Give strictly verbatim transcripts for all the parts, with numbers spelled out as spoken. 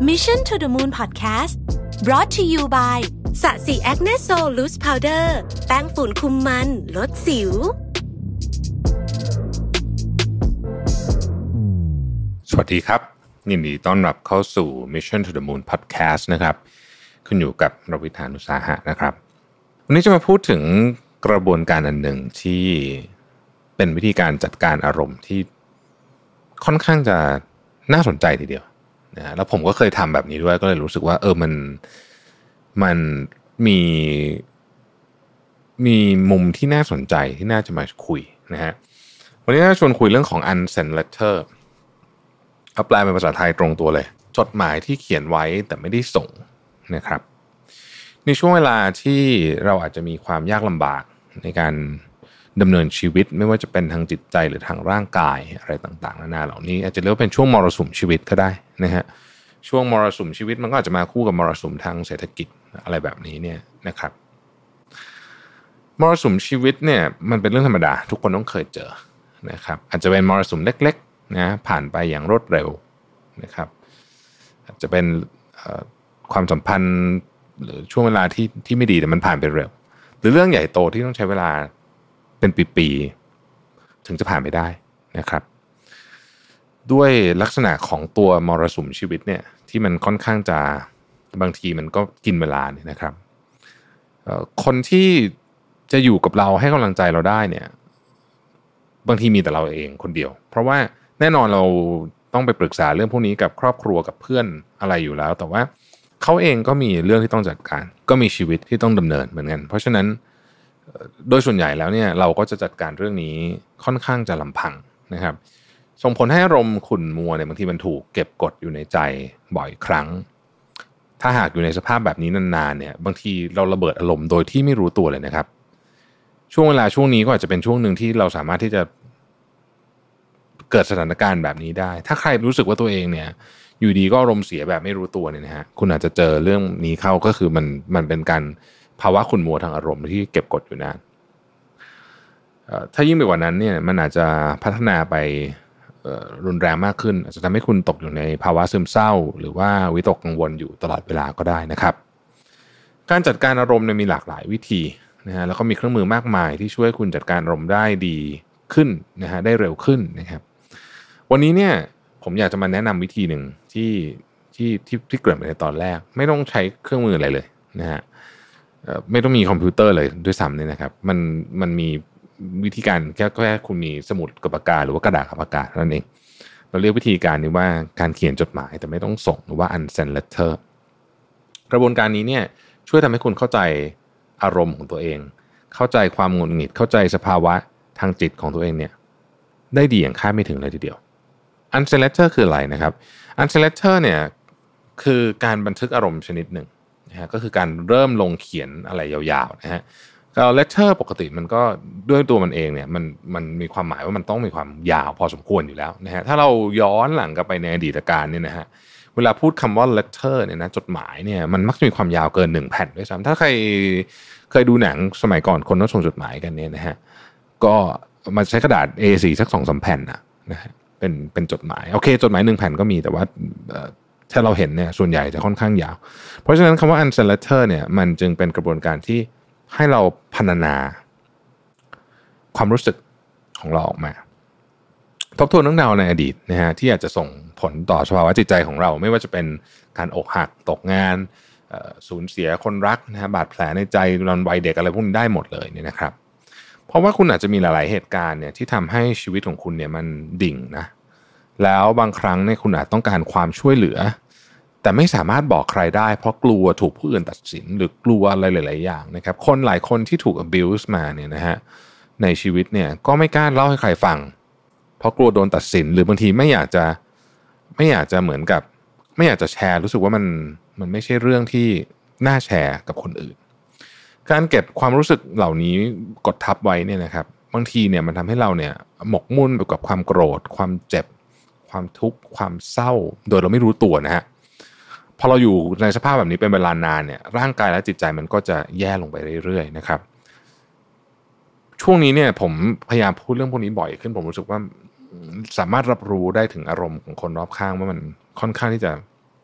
Mission to the Moon Podcast brought to you by สะสีแอคเนสโซลูสพาวเดอร์แป้งฝุ่นคุมมันลดสิวสวัสดีครับยินดีต้อนรับเข้าสู่ Mission to the Moon Podcast นะครับคุณอยู่กับรวิธานุสาหะนะครับวันนี้จะมาพูดถึงกระบวนการอันหนึ่งที่เป็นวิธีการจัดการอารมณ์ที่ค่อนข้างจะน่าสนใจทีเดียวนะแล้วผมก็เคยทำแบบนี้ด้วยก็เลยรู้สึกว่าเออมันมันมีมีมุมที่น่าสนใจที่น่าจะมาคุยนะฮะวันนี้จะชวนคุยเรื่องของ unsent letter เอาแปลเป็นภาษาไทยตรงตัวเลยจดหมายที่เขียนไว้แต่ไม่ได้ส่งนะครับในช่วงเวลาที่เราอาจจะมีความยากลำบากในการดำเนินชีวิตไม่ว่าจะเป็นทางจิตใจหรือทางร่างกายอะไรต่างๆนานาเหล่านี้อาจจะเรียกว่าเป็นช่วงมรสุมชีวิตก็ได้นะฮะช่วงมรสุมชีวิตมันก็อาจจะมาคู่กับมรสุมทางเศรษฐกิจอะไรแบบนี้เนี่ยนะครับมรสุมชีวิตเนี่ยมันเป็นเรื่องธรรมดาทุกคนต้องเคยเจอนะครับอาจจะเป็นมรสุมเล็กๆนะผ่านไปอย่างรวดเร็วนะครับอาจจะเป็นความสัมพันธ์หรือช่วงเวลาที่ที่ไม่ดีแต่มันผ่านไปเร็วหรือเรื่องใหญ่โตที่ต้องใช้เวลาเป็นปีๆถึงจะผ่านไปได้นะครับด้วยลักษณะของตัวมรสุมชีวิตเนี่ยที่มันค่อนข้างจะบางทีมันก็กินเวลาเนี่ยนะครับคนที่จะอยู่กับเราให้กำลังใจเราได้เนี่ยบางทีมีแต่เราเองคนเดียวเพราะว่าแน่นอนเราต้องไปปรึกษาเรื่องพวกนี้กับครอบครัวกับเพื่อนอะไรอยู่แล้วแต่ว่าเขาเองก็มีเรื่องที่ต้องจัดการก็มีชีวิตที่ต้องดำเนินเหมือนกันเพราะฉะนั้นโดยส่วนใหญ่แล้วเนี่ยเราก็จะจัดการเรื่องนี้ค่อนข้างจะลำพังนะครับส่งผลให้อารมณ์ขุ่นมัวเนี่ยบางทีมันถูกเก็บกดอยู่ในใจบ่อยครั้งถ้าหากอยู่ในสภาพแบบนี้นานๆเนี่ยบางทีเราระเบิดอารมณ์โดยที่ไม่รู้ตัวเลยนะครับช่วงเวลาช่วงนี้ก็อาจจะเป็นช่วงหนึ่งที่เราสามารถที่จะเกิดสถานการณ์แบบนี้ได้ถ้าใครรู้สึกว่าตัวเองเนี่ยอยู่ดีก็อารมณ์เสียแบบไม่รู้ตัวเนี่ยนะฮะคุณอาจจะเจอเรื่องนี้เข้าก็คือมันมันเป็นการภาวะขุ่นมัวทางอารมณ์ที่เก็บกดอยู่นานถ้ายิ่งไปกว่านั้นเนี่ยมันอาจจะพัฒนาไปรุนแรงมากขึ้นอาจจะทำให้คุณตกอยู่ในภาวะซึมเศร้าหรือว่าวิตกกังวลอยู่ตลอดเวลาก็ได้นะครับการจัดการอารมณ์เนี่ยมีหลากหลายวิธีนะฮะแล้วก็มีเครื่องมือมากมายที่ช่วยคุณจัดการอารมณ์ได้ดีขึ้นนะฮะได้เร็วขึ้นนะครับวันนี้เนี่ยผมอยากจะมาแนะนำวิธีหนึ่งที่ที่ที่ที่เกริ่นไปในตอนแรกไม่ต้องใช้เครื่องมืออะไรเลยนะฮะไม่ต้องมีคอมพิวเตอร์เลยด้วยซ้ำเนี่ยนะครับมันมันมีวิธีการแค่แค่คุณมีสมุดกับปากกาหรือว่ากระดาษกับปากกานั่นเองเราเรียกวิธีการนี้ว่าการเขียนจดหมายแต่ไม่ต้องส่งหรือว่า unsent letter กระบวนการนี้เนี่ยช่วยทำให้คุณเข้าใจอารมณ์ของตัวเองเข้าใจความหงุดหงิดเข้าใจสภาวะทางจิตของตัวเองเนี่ยได้ดีอย่างคาดไม่ถึงเลยทีเดียว unsent letter คืออะไรนะครับ unsent letter เนี่ยคือการบันทึกอารมณ์ชนิดหนึ่งนะฮะก็คือการเริ่มลงเขียนอะไรยาวๆนะฮะก็ letter ปกติมันก็ด้วยตัวมันเองเนี่ยมันมันมีความหมายว่ามันต้องมีความยาวพอสมควรอยู่แล้วนะฮะถ้าเราย้อนหลังกลับไปในอดีตการเนี่ยนะฮะเวลาพูดคำว่า letter เนี่ยนะจดหมายเนี่ยมันมักจะมีความยาวเกินหนึ่งแผ่นด้วยซ้ำถ้าใครเคยดูหนังสมัยก่อนคนต้องส่งจดหมายกันเนี่ยนะฮะก็มาใช้กระดาษ เอ โฟร์ สัก สองสาม แผ่นนะนะฮะเป็นเป็นจดหมายโอเคจดหมายหนึ่งแผ่นก็มีแต่ว่าถ้าเราเห็นเนี่ยส่วนใหญ่จะค่อนข้างยาวเพราะฉะนั้นคำว่า unsent letter เนี่ยมันจึงเป็นกระบวนการที่ให้เราพรรณนาความรู้สึกของเราออกมาทบทวนเรื่องราวในอดีตนะฮะที่อาจจะส่งผลต่อสภาวะจิตใจของเราไม่ว่าจะเป็นการอกหักตกงานสูญเสียคนรักนะฮะบาดแผลในใจตอนวัยเด็กอะไรพวกนี้ได้หมดเลยเนี่ยนะครับเพราะว่าคุณอาจจะมีหลายๆเหตุการณ์เนี่ยที่ทำให้ชีวิตของคุณเนี่ยมันดิ่งนะแล้วบางครั้งเนี่ยคุณอาจต้องการความช่วยเหลือแต่ไม่สามารถบอกใครได้เพราะกลัวถูกผู้อื่นตัดสินหรือกลัวอะไรหลายๆอย่างนะครับคนหลายคนที่ถูก abuse มาเนี่ยนะฮะในชีวิตเนี่ยก็ไม่กล้าเล่าให้ใครฟังเพราะกลัวโดนตัดสินหรือบางทีไม่อยากจะไม่อยากจะเหมือนกับไม่อยากจะแชร์รู้สึกว่ามันมันไม่ใช่เรื่องที่น่าแชร์กับคนอื่นการเก็บความรู้สึกเหล่านี้กดทับไว้เนี่ยนะครับบางทีเนี่ยมันทำให้เราเนี่ยหมกมุ่นอยู่กับความโกรธความเจ็บความทุกข์ความเศร้าโดยเราไม่รู้ตัวนะฮะพอเราอยู่ในสภาพแบบนี้เป็นเวลานานเนี่ยร่างกายและจิตใจมันก็จะแย่ลงไปเรื่อยๆนะครับช่วงนี้เนี่ยผมพยายามพูดเรื่องพวกนี้บ่อยขึ้นผมรู้สึกว่าสามารถรับรู้ได้ถึงอารมณ์ของคนรอบข้างว่ามันค่อนข้างที่จะ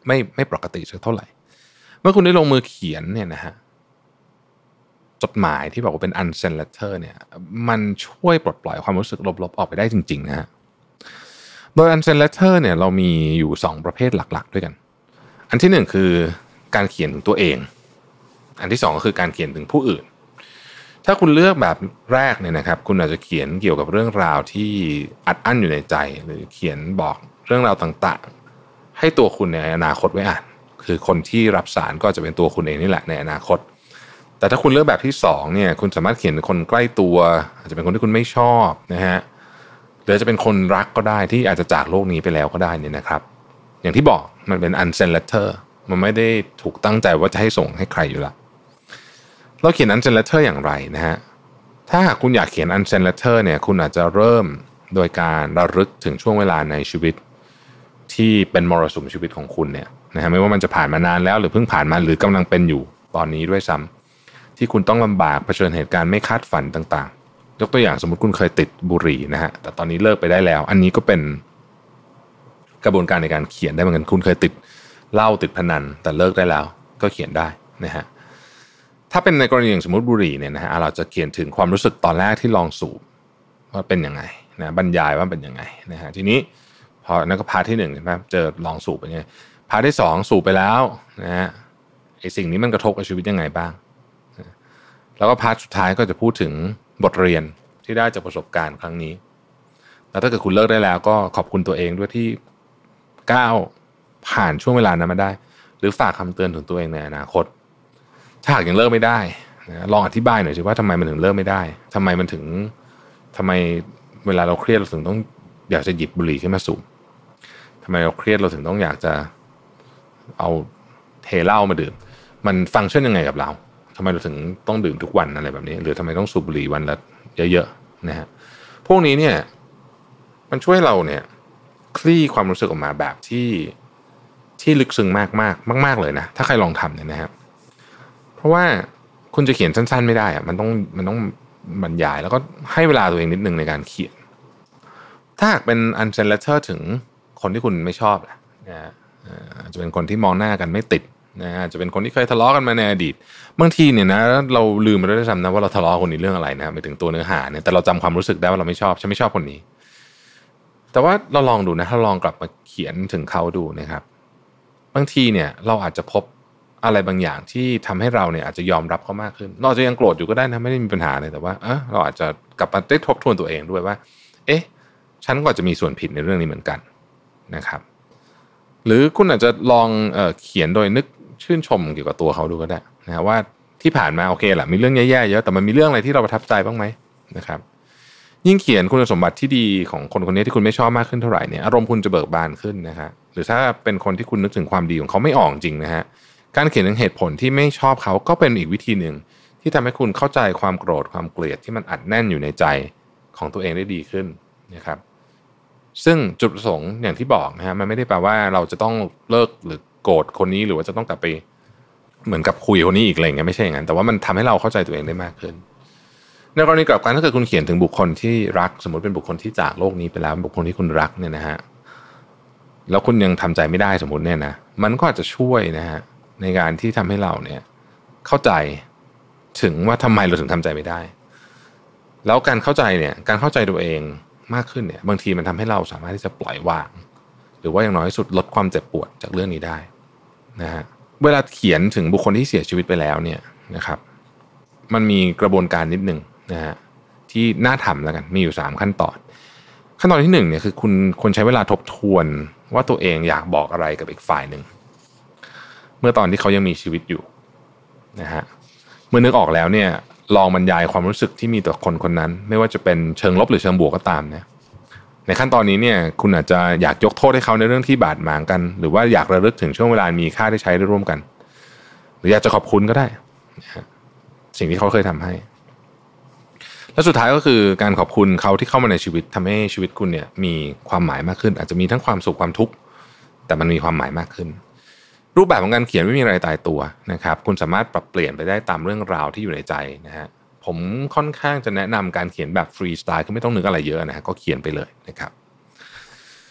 ไม่ไม่ปกติสักเท่าไหร่เมื่อคุณได้ลงมือเขียนเนี่ยนะฮะจดหมายที่บอกว่าเป็น unsent letter เนี่ยมันช่วยปลดปล่อยความรู้สึกลบๆออกไปได้จริงๆนะฮะโดย unsent letter เนี่ยเรามีอยู่สองประเภทหลักๆด้วยกันอันที่หนึ่งคือการเขียนถึงตัวเองอันที่สองก็คือการเขียนถึงผู้อื่นถ้าคุณเลือกแบบแรกเนี่ยนะครับคุณอาจจะเขียนเกี่ยวกับเรื่องราวที่อัดอั้นอยู่ในใจหรือเขียนบอกเรื่องราวต่างๆให้ตัวคุณในอนาคตไว้อ่านคือคนที่รับสารก็จะเป็นตัวคุณเองนี่แหละในอนาคตแต่ถ้าคุณเลือกแบบที่สองเนี่ยคุณสามารถเขียนคนใกล้ตัวอาจจะเป็นคนที่คุณไม่ชอบนะฮะหรือจะเป็นคนรักก็ได้ที่อาจจะจากโลกนี้ไปแล้วก็ได้เนี่ยนะครับอย่างที่บอกมันเป็น unsent letter มันไม่ได้ถูกตั้งใจว่าจะให้ส่งให้ใครอยู่ละเราเขียน unsent letter อย่างไรนะฮะถ้าหากคุณอยากเขียน unsent letter เนี่ยคุณอาจจะเริ่มโดยการระลึกถึงช่วงเวลาในชีวิตที่เป็นมรสุมชีวิตของคุณเนี่ยนะฮะไม่ว่ามันจะผ่านมานานแล้วหรือเพิ่งผ่านมาหรือกำลังเป็นอยู่ตอนนี้ด้วยซ้ำที่คุณต้องลำบากเผชิญเหตุการณ์ไม่คาดฝันต่างๆยกตัวอย่างสมมติคุณเคยติดบุหรี่นะฮะแต่ตอนนี้เลิกไปได้แล้วอันนี้ก็เป็นกระบวนการในการเขียนได้เหมือนกันคุณเคยติดเหล้าติดพนันแต่เลิกได้แล้วก็เขียนได้นะฮะถ้าเป็นในกรณีอย่างสมมติบุหรี่เนี่ยนะฮะเราจะเขียนถึงความรู้สึกตอนแรกที่ลองสูบว่าเป็นยังไงนะบรรยายว่าเป็นยังไงนะฮะทีนี้พอนั่นก็พาร์ทที่หนึ่งใช่ไหมเจอลองสูบเป็นไงพาร์ทที่สองสูบไปแล้วนะฮะไอ้สิ่งนี้มันกระทบกับชีวิตยังไงบ้างแล้วก็พาร์ทสุดท้ายก็จะพูดถึงบทเรียนที่ได้จากประสบการณ์ครั้งนี้แล้วถ้าเกิดคุณเลิกได้แล้วก็ขอบคุณตัวเองด้วยที่ก้าวผ่านช่วงเวลานั้นมาได้หรือฝากคำเตือนถึงตัวเองในอนาคตถ้าหากยังเลิกไม่ได้นะลองอธิบายหน่อยสิว่าทำไมมันถึงเลิกไม่ได้ทำไมมันถึงทำไมเวลาเราเครียดเราถึงต้องอยากจะหยิบบุหรี่ขึ้นมาสูบทำไมเราเครียดเราถึงต้องอยากจะเอาเทเหล้ามาดื่มมันฟังก์ชันยังไงกับเราทำไมเราถึงต้องดื่มทุกวันอะไรแบบนี้หรือทำไมต้องสูบบุหรี่วันละเยอะๆนะฮะพวกนี้เนี่ยมันช่วยเราเนี่ยคลี่ความรู้สึกออกมาแบบที่ที่ลึกซึ้งมากมากมากๆเลยนะถ้าใครลองทำเนี่ยนะครับเพราะว่าคุณจะเขียนสั้นๆไม่ได้อะมันต้องมันต้องบรรยายแล้วก็ให้เวลาตัวเองนิดนึงในการเขียนถ้าหากเป็น unsent letter ถึงคนที่คุณไม่ชอบนะจะเป็นคนที่มองหน้ากันไม่ติดนะจะเป็นคนที่เคยทะเลาะกันมาในอดีตบางทีเนี่ยนะเราลืมไปด้วยซ้ำนะว่าเราทะเลาะคนนี้เรื่องอะไรนะไปถึงตัวเนื้อหาเนี่ยแต่เราจำความรู้สึกได้ว่าเราไม่ชอบฉันไม่ชอบคนนี้แต่ว่าเราลองดูนะถ้าลองกลับมาเขียนถึงเขาดูนะครับบางทีเนี่ยเราอาจจะพบอะไรบางอย่างที่ทำให้เราเนี่ยอาจจะยอมรับเขามากขึ้นเราอาจจะยังโกรธอยู่ก็ได้นะไม่ได้มีปัญหาเลยแต่ว่าเออเราอาจจะกลับมาได้ทบทวนตัวเองด้วยว่าเอ๊ะฉันก็จะมีส่วนผิดในเรื่องนี้เหมือนกันนะครับหรือคุณอาจจะลองเอ่อเขียนโดยนึกชื่นชมเกี่ยวกับตัวเขาดูก็ได้นะว่าที่ผ่านมาโอเคแหละมีเรื่องแย่ๆเยอะแต่มันมีเรื่องอะไรที่เราประทับใจบ้างไหมนะครับยิ่งเขียนคุณสมบัติที่ดีของคนคนนี้ที่คุณไม่ชอบมากขึ้นเท่าไหร่เนี่ยอารมณ์คุณจะเบิกบานขึ้นนะครับหรือถ้าเป็นคนที่คุณนึกถึงความดีของเขาไม่ออกจริงนะฮะการเขียนถึงเหตุผลที่ไม่ชอบเขาก็เป็นอีกวิธีหนึ่งที่ทำให้คุณเข้าใจความโกรธความเกลียดที่มันอัดแน่นอยู่ในใจของตัวเองได้ดีขึ้นนะครับซึ่งจุดประสงค์อย่างที่บอกนะฮะมันไม่ได้แปลว่าเราจะต้องเลิกหรือโกรธคนนี้หรือว่าจะต้องกลับไปเหมือนกับคุยคนนี้อีกอะไรเงี้ยไม่ใช่อย่างนั้นแต่ว่ามันทำให้เราเข้าใจตัวเองได้มากขึ้นในกรณีกลับกันถ้าเกิดคุณเขียนถึงบุคคลที่รักสมมติเป็นบุคคลที่จากโลกนี้ไปแล้วบุคคลที่คุณรักเนี่ยนะฮะแล้วคุณยังทำใจไม่ได้สมมติเนี่ยนะมันก็อาจจะช่วยนะฮะในการที่ทำให้เราเนี่ยเข้าใจถึงว่าทำไมเราถึงทำใจไม่ได้แล้วการเข้าใจเนี่ยการเข้าใจตัวเองมากขึ้นเนี่ยบางทีมันทำให้เราสามารถที่จะปล่อยวางหรือว่าอย่างน้อยที่สุดลดความเจ็บปวดจากเรื่องนี้ได้นะฮะเวลาเขียนถึงบุคคลที่เสียชีวิตไปแล้วเนี่ยนะครับมันมีกระบวนการนิดนึงนะฮะที่น่าทำแล้วกันมีอยู่สามขั้นตอนขั้นตอนที่หนึ่งเนี่ยคือคุณควรใช้เวลาทบทวนว่าตัวเองอยากบอกอะไรกับอีกฝ่ายหนึ่งเมื่อตอนที่เขายังมีชีวิตอยู่นะฮะเมื่อนึกออกแล้วเนี่ยลองบรรยายความรู้สึกที่มีต่อคนคนนั้นไม่ว่าจะเป็นเชิงลบหรือเชิงบวกก็ตามนะในขั้นตอนนี้เนี่ยคุณอาจจะอยากยกโทษให้เขาในเรื่องที่บาดหมางกันหรือว่าอยากระลึกถึงช่วงเวลามีค่าที่ใช้ได้ร่วมกันหรืออยากจะขอบคุณก็ได้นะฮะสิ่งที่เขาเคยทำให้และสุดท้ายก็คือการขอบคุณเขาที่เข้ามาในชีวิตทำให้ชีวิตคุณเนี่ยมีความหมายมากขึ้นอาจจะมีทั้งความสุขความทุกข์แต่มันมีความหมายมากขึ้นรูปแบบของการเขียนไม่มีอะไรตายตัวนะครับคุณสามารถปรับเปลี่ยนไปได้ตามเรื่องราวที่อยู่ในใจนะฮะผมค่อนข้างจะแนะนำการเขียนแบบฟรีสไตล์คือไม่ต้องนึกอะไรเยอะนะฮะก็เขียนไปเลยนะครับ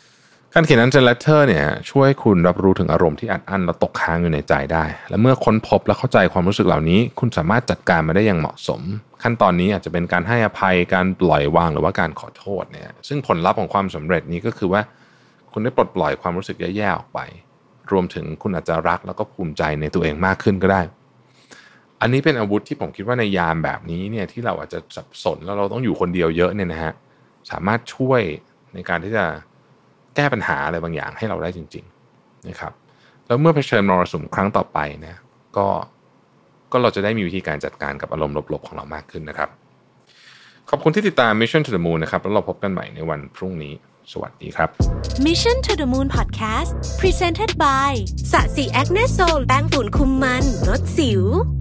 การเขียน Answer Letter เนี่ยช่วยคุณรับรู้ถึงอารมณ์ที่อัดอั้นและตกค้างอยู่ในใจได้และเมื่อค้นพบและเข้าใจความรู้สึกเหล่านี้คุณสามารถจัดการมันได้อย่างเหมาะสมขั้นตอนนี้อาจจะเป็นการให้อภัยการปล่อยวางหรือว่าการขอโทษเนี่ยซึ่งผลลัพธ์ของความสำเร็จนี้ก็คือว่าคุณได้ปลดปล่อยความรู้สึกแย่ๆออกไปรวมถึงคุณอาจจะรักแล้วก็ภูมิใจในตัวเองมากขึ้นก็ได้อันนี้เป็นอาวุธที่ผมคิดว่าในยามแบบนี้เนี่ยที่เราอาจจะสับสนแล้วเราต้องอยู่คนเดียวเยอะเนี่ยนะฮะสามารถช่วยในการที่จะแก้ปัญหาอะไรบางอย่างให้เราได้จริงๆนะครับแล้วเมื่อเผชิญมรสุมครั้งต่อไปนะก็ก็เราจะได้มีวิธีการจัดการกับอารมณ์ลบๆของเรามากขึ้นนะครับขอบคุณที่ติดตาม Mission to the Moon นะครับแล้วเราพบกันใหม่ในวันพรุ่งนี้สวัสดีครับ Mission to the Moon Podcast Presented by สะสี Agnes Soul แป้งฝุ่นคุมมันลดสิว